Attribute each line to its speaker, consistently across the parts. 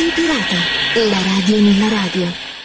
Speaker 1: Radio Pirata, la radio nella radio.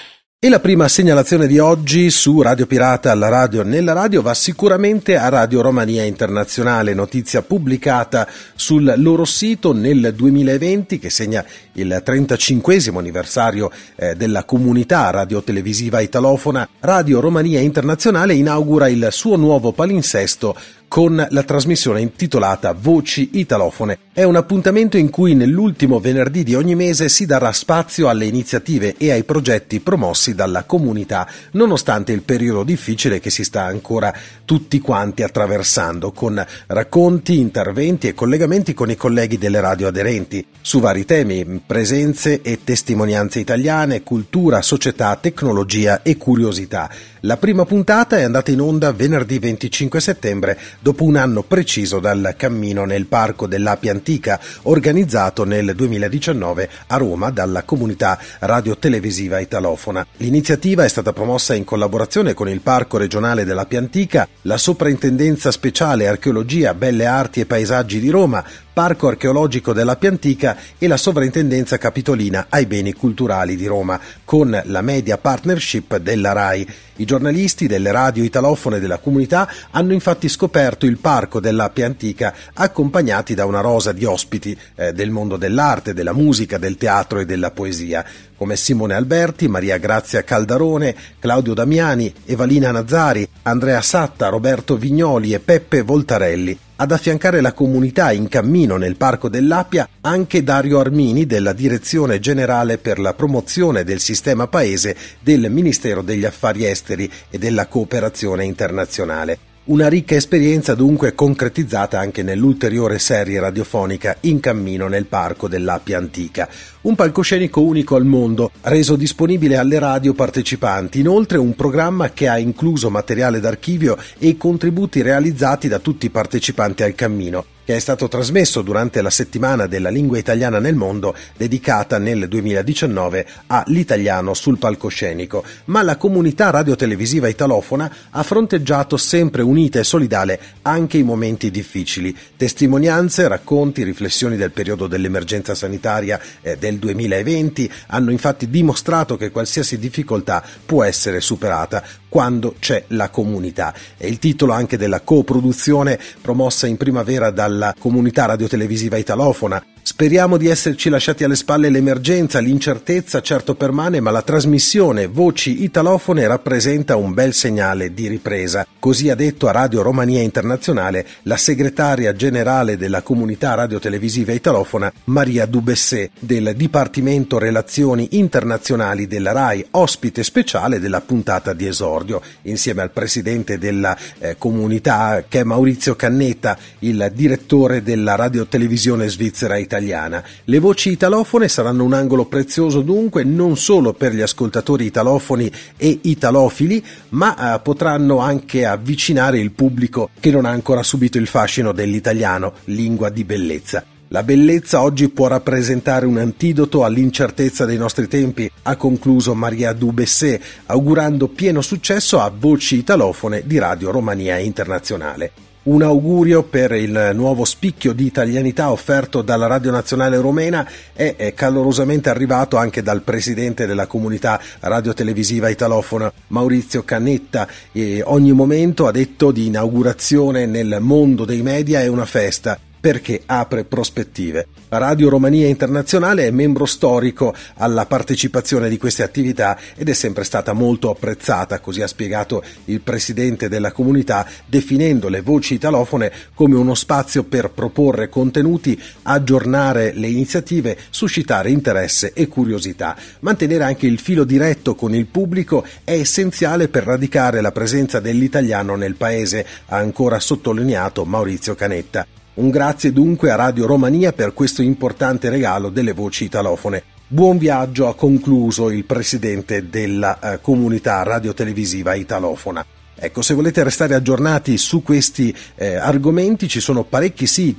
Speaker 2: E la prima segnalazione di oggi su Radio Pirata, alla radio nella radio, va sicuramente a Radio Romania Internazionale, notizia pubblicata sul loro sito nel 2020 che segna il 35esimo anniversario della comunità radiotelevisiva italofona. Radio Romania Internazionale inaugura il suo nuovo palinsesto con la trasmissione intitolata Voci Italofone. È un appuntamento in cui nell'ultimo venerdì di ogni mese si darà spazio alle iniziative e ai progetti promossi dalla comunità, nonostante il periodo difficile che si sta ancora tutti quanti attraversando, con racconti, interventi e collegamenti con i colleghi delle radio aderenti su vari temi, presenze e testimonianze italiane, cultura, società, tecnologia e curiosità. La prima puntata è andata in onda venerdì 25 settembre, dopo un anno preciso dal cammino nel Parco dell'Appia Antica, organizzato nel 2019 a Roma dalla comunità radiotelevisiva italofona. L'iniziativa è stata promossa in collaborazione con il Parco regionale dell'Appia Antica, la Soprintendenza Speciale Archeologia, Belle Arti e Paesaggi di Roma, Parco Archeologico dell'Appia Antica e la Sovrintendenza Capitolina ai Beni Culturali di Roma, con la media partnership della RAI. I giornalisti delle radio italofone della comunità hanno infatti scoperto il Parco dell'Appia Antica accompagnati da una rosa di ospiti del mondo dell'arte, della musica, del teatro e della poesia, come Simone Alberti, Maria Grazia Caldarone, Claudio Damiani, Evalina Nazzari, Andrea Satta, Roberto Vignoli e Peppe Voltarelli. Ad affiancare la comunità in cammino nel Parco dell'Appia anche Dario Armini della Direzione Generale per la Promozione del Sistema Paese del Ministero degli Affari Esteri e della Cooperazione Internazionale. Una ricca esperienza dunque concretizzata anche nell'ulteriore serie radiofonica In cammino nel Parco dell'Appia Antica. Un palcoscenico unico al mondo, reso disponibile alle radio partecipanti, inoltre un programma che ha incluso materiale d'archivio e contributi realizzati da tutti i partecipanti al cammino, che è stato trasmesso durante la settimana della lingua italiana nel mondo, dedicata nel 2019 all'italiano sul palcoscenico. Ma la comunità radiotelevisiva italofona ha fronteggiato sempre unita e solidale anche i momenti difficili. Testimonianze, racconti, riflessioni del periodo dell'emergenza sanitaria del 2020 hanno infatti dimostrato che qualsiasi difficoltà può essere superata quando c'è la comunità. È il titolo anche della coproduzione promossa in primavera dalla comunità radiotelevisiva italofona. Speriamo di esserci lasciati alle spalle l'emergenza, l'incertezza certo permane, ma la trasmissione Voci Italofone rappresenta un bel segnale di ripresa. Così ha detto a Radio Romania Internazionale la segretaria generale della comunità radiotelevisiva italofona Maria Dubessé del Dipartimento Relazioni Internazionali della RAI, ospite speciale della puntata di esordio, insieme al presidente della comunità che è Maurizio Cannetta, il direttore della radiotelevisione svizzera italiana. Le voci italofone saranno un angolo prezioso dunque non solo per gli ascoltatori italofoni e italofili, ma potranno anche avvicinare il pubblico che non ha ancora subito il fascino dell'italiano, lingua di bellezza. La bellezza oggi può rappresentare un antidoto all'incertezza dei nostri tempi, ha concluso Maria Dubessé, augurando pieno successo a Voci Italofone di Radio Romania Internazionale. Un augurio per il nuovo spicchio di italianità offerto dalla Radio Nazionale Romena è calorosamente arrivato anche dal presidente della comunità radiotelevisiva italofona Maurizio Cannetta, e ogni momento, ha detto, di inaugurazione nel mondo dei media è una festa, perché apre prospettive. Radio Romania Internazionale è membro storico alla partecipazione di queste attività ed è sempre stata molto apprezzata, così ha spiegato il presidente della comunità, definendo le voci italofone come uno spazio per proporre contenuti, aggiornare le iniziative, suscitare interesse e curiosità. Mantenere anche il filo diretto con il pubblico è essenziale per radicare la presenza dell'italiano nel paese, ha ancora sottolineato Maurizio Cannetta. Un grazie dunque a Radio Romania per questo importante regalo delle voci italofone. Buon viaggio, ha concluso il presidente della comunità radiotelevisiva italofona. Ecco, se volete restare aggiornati su questi argomenti, ci sono parecchi siti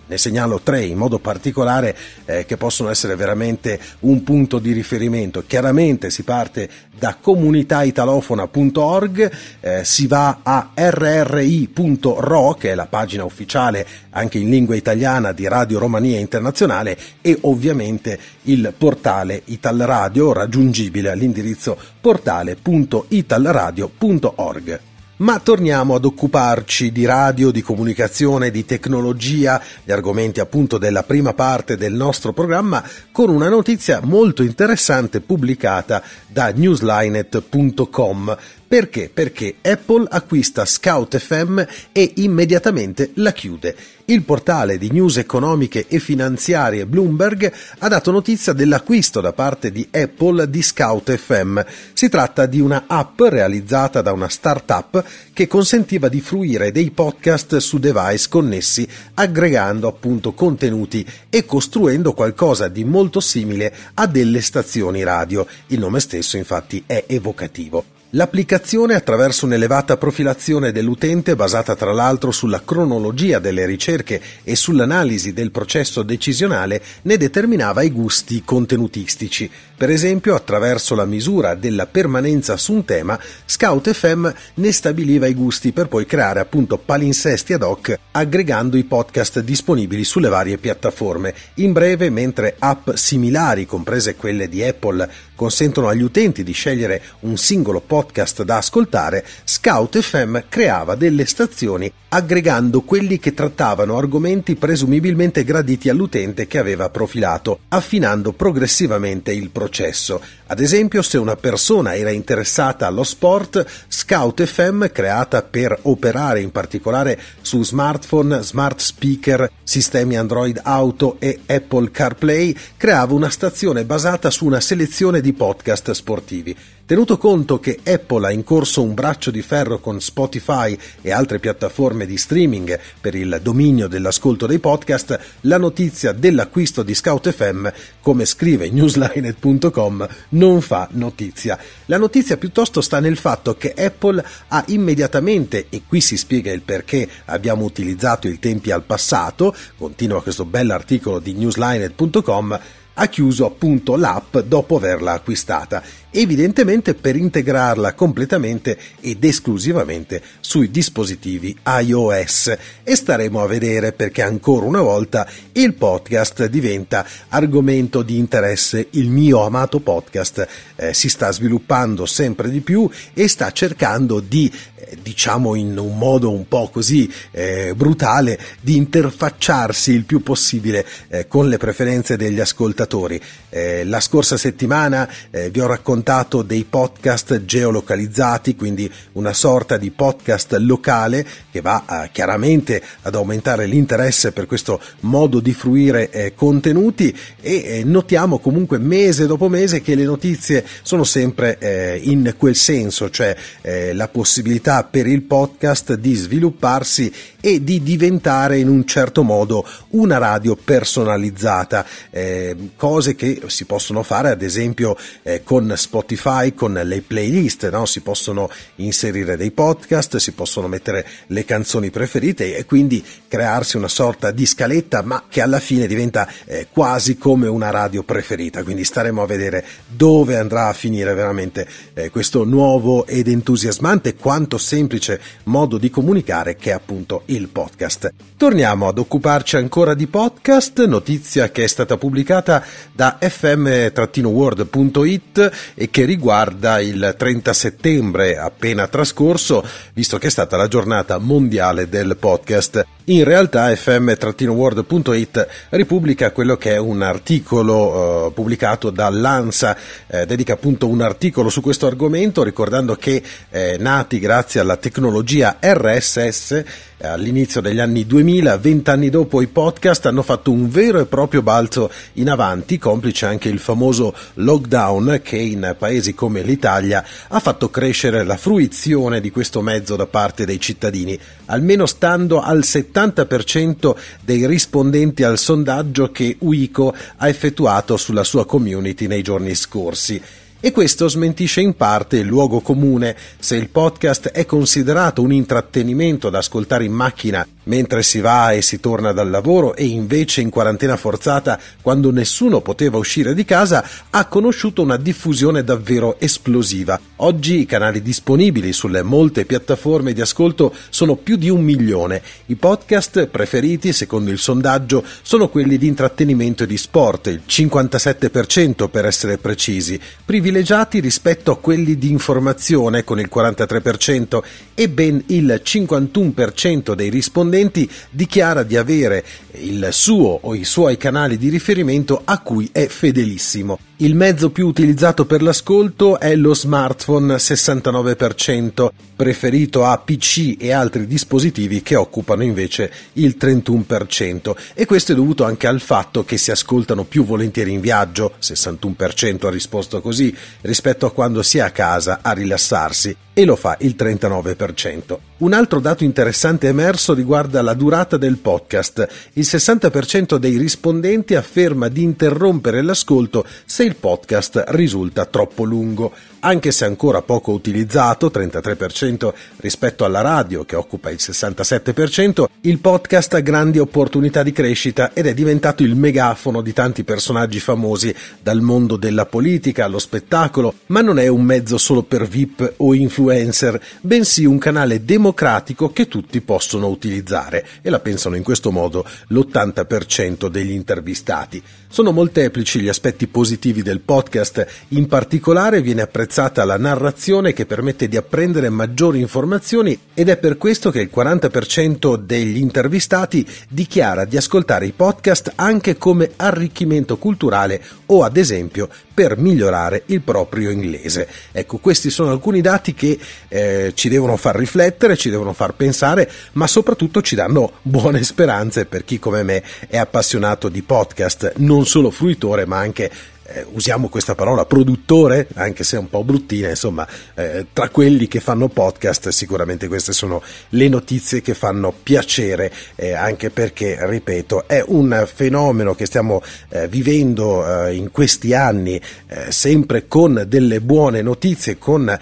Speaker 2: Ne segnalo 3 in modo particolare che possono essere veramente un punto di riferimento. Chiaramente si parte da comunitaitalofona.org, si va a rri.ro, che è la pagina ufficiale anche in lingua italiana di Radio Romania Internazionale, e ovviamente il portale Italradio, raggiungibile all'indirizzo portale.italradio.org. Ma torniamo ad occuparci di radio, di comunicazione, di tecnologia, gli argomenti appunto della prima parte del nostro programma, con una notizia molto interessante pubblicata da newslinet.com. Perché? Perché Apple acquista Scout FM e immediatamente la chiude. Il portale di news economiche e finanziarie Bloomberg ha dato notizia dell'acquisto da parte di Apple di Scout FM. Si tratta di una app realizzata da una startup che consentiva di fruire dei podcast su device connessi, aggregando appunto contenuti e costruendo qualcosa di molto simile a delle stazioni radio. Il nome stesso infatti è evocativo. L'applicazione, attraverso un'elevata profilazione dell'utente basata tra l'altro sulla cronologia delle ricerche e sull'analisi del processo decisionale, ne determinava i gusti contenutistici. Per esempio, attraverso la misura della permanenza su un tema, Scout FM ne stabiliva i gusti per poi creare appunto palinsesti ad hoc, aggregando i podcast disponibili sulle varie piattaforme. In breve, mentre app similari, comprese quelle di Apple, consentono agli utenti di scegliere un singolo podcast da ascoltare, Scout FM creava delle stazioni aggregando quelli che trattavano argomenti presumibilmente graditi all'utente che aveva profilato, affinando progressivamente il processo. Ad esempio, se una persona era interessata allo sport, Scout FM, creata per operare in particolare su smartphone, smart speaker, sistemi Android Auto e Apple CarPlay, creava una stazione basata su una selezione di podcast sportivi. Tenuto conto che Apple ha in corso un braccio di ferro con Spotify e altre piattaforme di streaming per il dominio dell'ascolto dei podcast, la notizia dell'acquisto di Scout FM, come scrive newslinet.com, non fa notizia. La notizia piuttosto sta nel fatto che Apple ha immediatamente, e qui si spiega il perché abbiamo utilizzato i tempi al passato, continua questo bell'articolo di newslinet.com, ha chiuso appunto l'app dopo averla acquistata, evidentemente per integrarla completamente ed esclusivamente sui dispositivi iOS, e staremo a vedere perché ancora una volta il podcast diventa argomento di interesse. Il mio amato podcast si sta sviluppando sempre di più e sta cercando di, diciamo in un modo un po' così brutale, di interfacciarsi il più possibile con le preferenze degli ascoltatori. La scorsa settimana vi ho raccontato dei podcast geolocalizzati, quindi una sorta di podcast locale che va chiaramente ad aumentare l'interesse per questo modo di fruire contenuti, e notiamo comunque mese dopo mese che le notizie sono sempre in quel senso, cioè la possibilità per il podcast di svilupparsi e di diventare in un certo modo una radio personalizzata, cose che si possono fare ad esempio con Spotify, con le playlist, no? Si possono inserire dei podcast, si possono mettere le canzoni preferite e quindi crearsi una sorta di scaletta, ma che alla fine diventa quasi come una radio preferita. Quindi staremo a vedere dove andrà a finire veramente questo nuovo ed entusiasmante quanto semplice modo di comunicare che è appunto il podcast. Torniamo ad occuparci ancora di podcast, notizia che è stata pubblicata da fm-world.it e che riguarda il 30 settembre appena trascorso, visto che è stata la giornata mondiale del podcast. In realtà fm-world.it ripubblica quello che è un articolo pubblicato dall'ANSA, dedica appunto un articolo su questo argomento, ricordando che nati grazie alla tecnologia RSS all'inizio degli anni 2000, 20 anni dopo i podcast hanno fatto un vero e proprio balzo in avanti, complice anche il famoso lockdown che in paesi come l'Italia ha fatto crescere la fruizione di questo mezzo da parte dei cittadini, almeno stando al 70% dei rispondenti al sondaggio che Uico ha effettuato sulla sua community nei giorni scorsi. E questo smentisce in parte il luogo comune: se il podcast è considerato un intrattenimento da ascoltare in macchina mentre si va e si torna dal lavoro, e invece in quarantena forzata, quando nessuno poteva uscire di casa, ha conosciuto una diffusione davvero esplosiva. Oggi i canali disponibili sulle molte piattaforme di ascolto sono più di 1 milione. I podcast preferiti, secondo il sondaggio, sono quelli di intrattenimento e di sport, il 57% per essere precisi, privilegiati rispetto a quelli di informazione con il 43%, e ben il 51% dei rispondenti dichiara di avere il suo o i suoi canali di riferimento a cui è fedelissimo. Il mezzo più utilizzato per l'ascolto è lo smartphone, 69%, preferito a PC e altri dispositivi che occupano invece il 31%, e questo è dovuto anche al fatto che si ascoltano più volentieri in viaggio, 61% ha risposto così, rispetto a quando si è a casa a rilassarsi, e lo fa il 39%. Un altro dato interessante emerso riguarda la durata del podcast. Il 60% dei rispondenti afferma di interrompere l'ascolto se il podcast risulta troppo lungo. Anche se ancora poco utilizzato, 33% rispetto alla radio che occupa il 67%, il podcast ha grandi opportunità di crescita ed è diventato il megafono di tanti personaggi famosi, dal mondo della politica allo spettacolo, ma non è un mezzo solo per VIP o influencer, bensì un canale democratico che tutti possono utilizzare, e la pensano in questo modo l'80% degli intervistati. Sono molteplici gli aspetti positivi del podcast, in particolare viene apprezzata la narrazione che permette di apprendere maggiori informazioni, ed è per questo che il 40% degli intervistati dichiara di ascoltare i podcast anche come arricchimento culturale o ad esempio per migliorare il proprio inglese. Ecco, questi sono alcuni dati che ci devono far riflettere, ci devono far pensare, ma soprattutto ci danno buone speranze per chi come me è appassionato di podcast, non solo fruitore ma anche usiamo questa parola, produttore, anche se è un po' bruttina, insomma, tra quelli che fanno podcast sicuramente queste sono le notizie che fanno piacere, anche perché, ripeto, è un fenomeno che stiamo vivendo in questi anni, sempre con delle buone notizie, con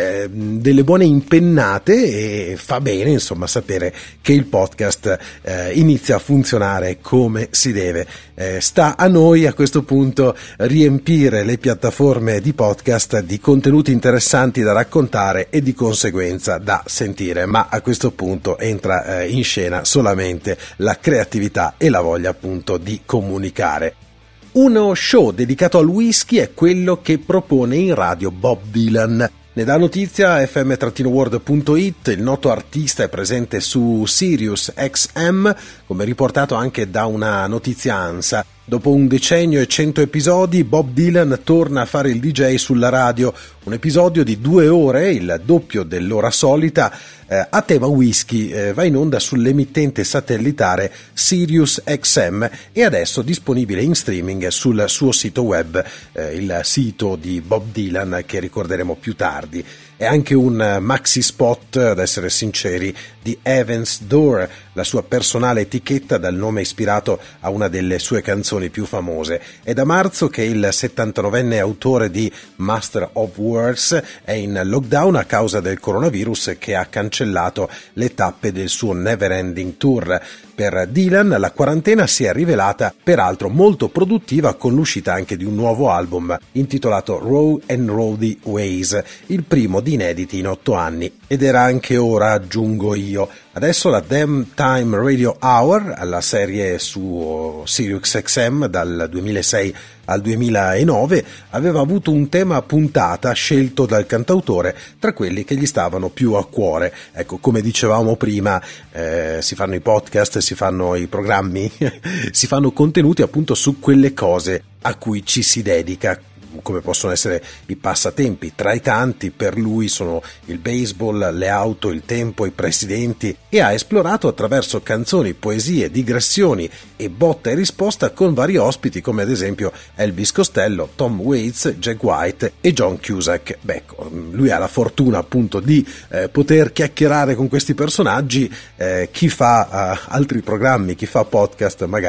Speaker 2: delle buone impennate, e fa bene, insomma, sapere che il podcast inizia a funzionare come si deve. Sta a noi a questo punto riempire le piattaforme di podcast di contenuti interessanti da raccontare e di conseguenza da sentire, ma a questo punto entra in scena solamente la creatività e la voglia appunto di comunicare. Uno show dedicato al whisky è quello che propone in radio Bob Dylan. Ne dà notizia fm-world.it, il noto artista è presente su Sirius XM, come riportato anche da una notizia ANSA. Dopo 1 decennio e 100 episodi, Bob Dylan torna a fare il DJ sulla radio, un episodio di 2 ore, il doppio dell'ora solita, a tema whisky, va in onda sull'emittente satellitare Sirius XM e adesso disponibile in streaming sul suo sito web, il sito di Bob Dylan che ricorderemo più tardi. È anche un maxi spot, ad essere sinceri, di Heaven's Door, la sua personale etichetta dal nome ispirato a una delle sue canzoni più famose. È da marzo che il 79enne autore di Master of Words è in lockdown a causa del coronavirus che ha cancellato le tappe del suo Never Ending Tour. Per Dylan la quarantena si è rivelata peraltro molto produttiva, con l'uscita anche di un nuovo album intitolato Raw and Rowdy Ways, il primo di inediti in 8 anni. Ed era anche ora, aggiungo io. Adesso la Damn Time Radio Hour, la serie su Sirius XM dal 2006 al 2009, aveva avuto un tema a puntata scelto dal cantautore tra quelli che gli stavano più a cuore. Ecco, come dicevamo prima, si fanno i podcast, si fanno i programmi, si fanno contenuti appunto su quelle cose a cui ci si dedica, come possono essere i passatempi. Tra i tanti per lui sono il baseball, le auto, il tempo, i presidenti, e ha esplorato attraverso canzoni, poesie, digressioni e botta e risposta con vari ospiti come ad esempio Elvis Costello, Tom Waits, Jack White e John Cusack. Lui ha la fortuna appunto di poter chiacchierare con questi personaggi. Chi fa altri programmi, chi fa podcast magari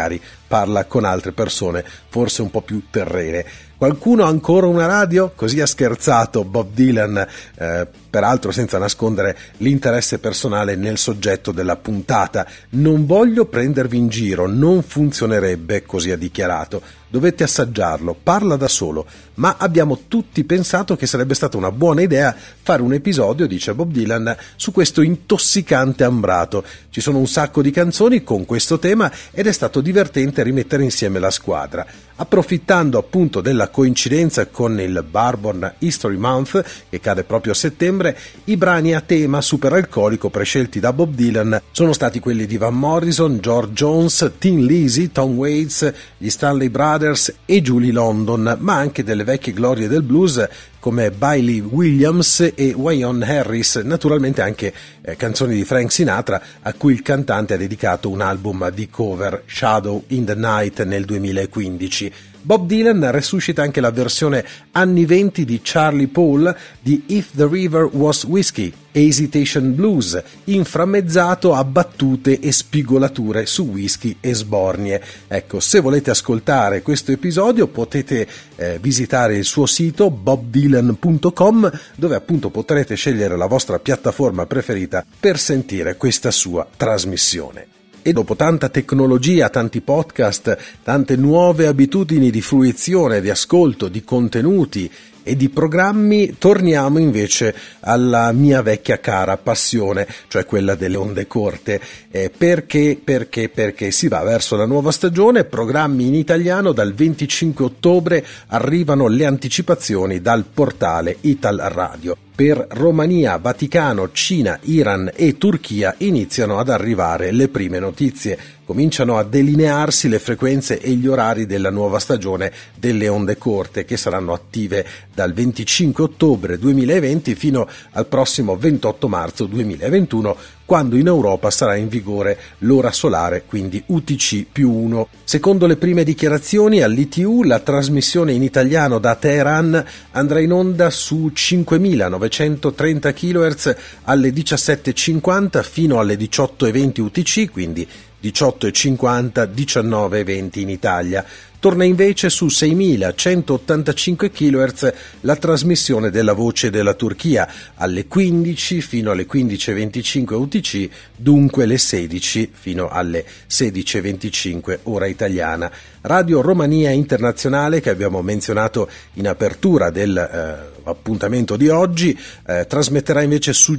Speaker 2: parla con altre persone, forse un po' più terrene. Qualcuno ha ancora una radio? Così ha scherzato Bob Dylan, peraltro senza nascondere l'interesse personale nel soggetto della puntata. Non voglio prendervi in giro, non funzionerebbe, così ha dichiarato. Dovete assaggiarlo, parla da solo, ma abbiamo tutti pensato che sarebbe stata una buona idea fare un episodio, dice Bob Dylan, su questo intossicante ambrato. Ci sono un sacco di canzoni con questo tema ed è stato divertente rimettere insieme la squadra. Approfittando appunto della coincidenza con il Bourbon History Month, che cade proprio a settembre, i brani a tema superalcolico prescelti da Bob Dylan sono stati quelli di Van Morrison, George Jones, Tin Lizzy, Tom Waits, gli Stanley Brothers e Julie London, ma anche delle vecchie glorie del blues come Bailey Williams e Wynton Harris, naturalmente anche canzoni di Frank Sinatra, a cui il cantante ha dedicato un album di cover, Shadow in the Night, nel 2015. Bob Dylan resuscita anche la versione anni 20 di Charlie Paul di If the River Was Whiskey, Hesitation Blues, inframmezzato a battute e spigolature su whisky e sbornie. Ecco, se volete ascoltare questo episodio potete visitare il suo sito bobdylan.com, dove appunto potrete scegliere la vostra piattaforma preferita per sentire questa sua trasmissione. E dopo tanta tecnologia, tanti podcast, tante nuove abitudini di fruizione, di ascolto, di contenuti e di programmi, torniamo invece alla mia vecchia cara passione, cioè quella delle onde corte. Perché si va verso la nuova stagione, programmi in italiano. Dal 25 ottobre arrivano le anticipazioni dal portale Ital Radio. Per Romania, Vaticano, Cina, Iran e Turchia iniziano ad arrivare le prime notizie. Cominciano a delinearsi le frequenze e gli orari della nuova stagione delle onde corte, che saranno attive dal 25 ottobre 2020 fino al prossimo 28 marzo 2021, quando in Europa sarà in vigore l'ora solare, quindi UTC+1. Secondo le prime dichiarazioni all'ITU, la trasmissione in italiano da Teheran andrà in onda su 5.930 kHz alle 17.50 fino alle 18.20 UTC, quindi 18.50, 19.20 in Italia. Torna invece su 6.185 kHz la trasmissione della Voce della Turchia alle 15 fino alle 15.25 UTC, dunque le 16 fino alle 16.25 ora italiana. Radio Romania Internazionale, che abbiamo menzionato in apertura del appuntamento di oggi, trasmetterà invece su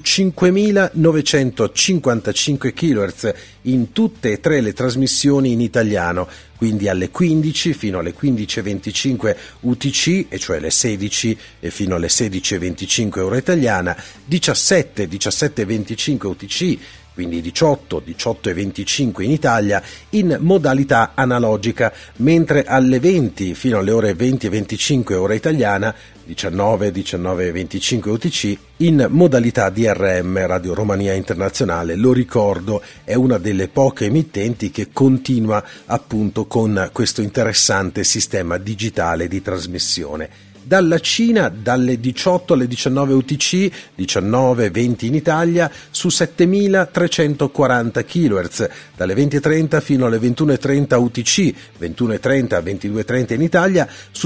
Speaker 2: 5.955 kHz in tutte e tre le trasmissioni in italiano, quindi alle 15 fino alle 15.25 UTC, e cioè le 16 e fino alle 16.25 ora italiana, 17.25 UTC, quindi 18.25 in Italia, in modalità analogica, mentre alle 20 fino alle ore 20.25 ora italiana, 19.25 UTC, in modalità DRM. Radio Romania Internazionale, lo ricordo, è una delle poche emittenti che continua appunto con questo interessante sistema digitale di trasmissione. Dalla Cina, dalle 18 alle 19 UTC, 19-20 in Italia, su 7.340 kHz, dalle 20.30 fino alle 21.30 UTC, 21.30 22.30 in Italia, su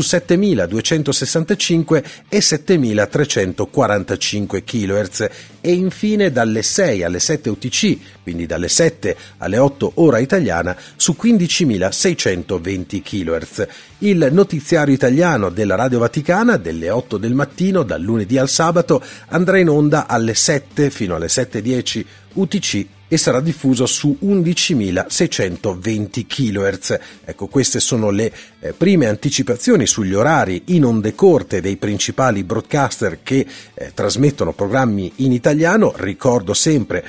Speaker 2: 7.265 e 7.345 kHz, e infine dalle 6 alle 7 UTC, quindi dalle 7 alle 8 ora italiana, su 15.620 kHz. Il notiziario italiano della Radio Vaticana delle 8 del mattino, dal lunedì al sabato, andrà in onda alle 7 fino alle 7.10 UTC e sarà diffuso su 11.620 kHz. Ecco, queste sono le prime anticipazioni sugli orari in onde corte dei principali broadcaster che trasmettono programmi in italiano. Ricordo sempre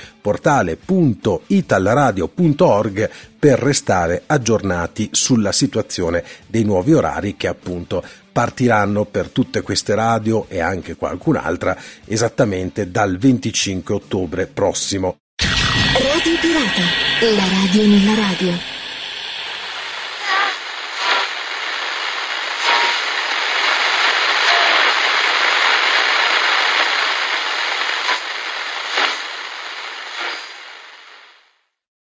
Speaker 2: portale.italradio.org per restare aggiornati sulla situazione dei nuovi orari che appunto partiranno per tutte queste radio e anche qualcun'altra esattamente dal 25 ottobre prossimo.
Speaker 1: Radio Pirata, la radio nella radio.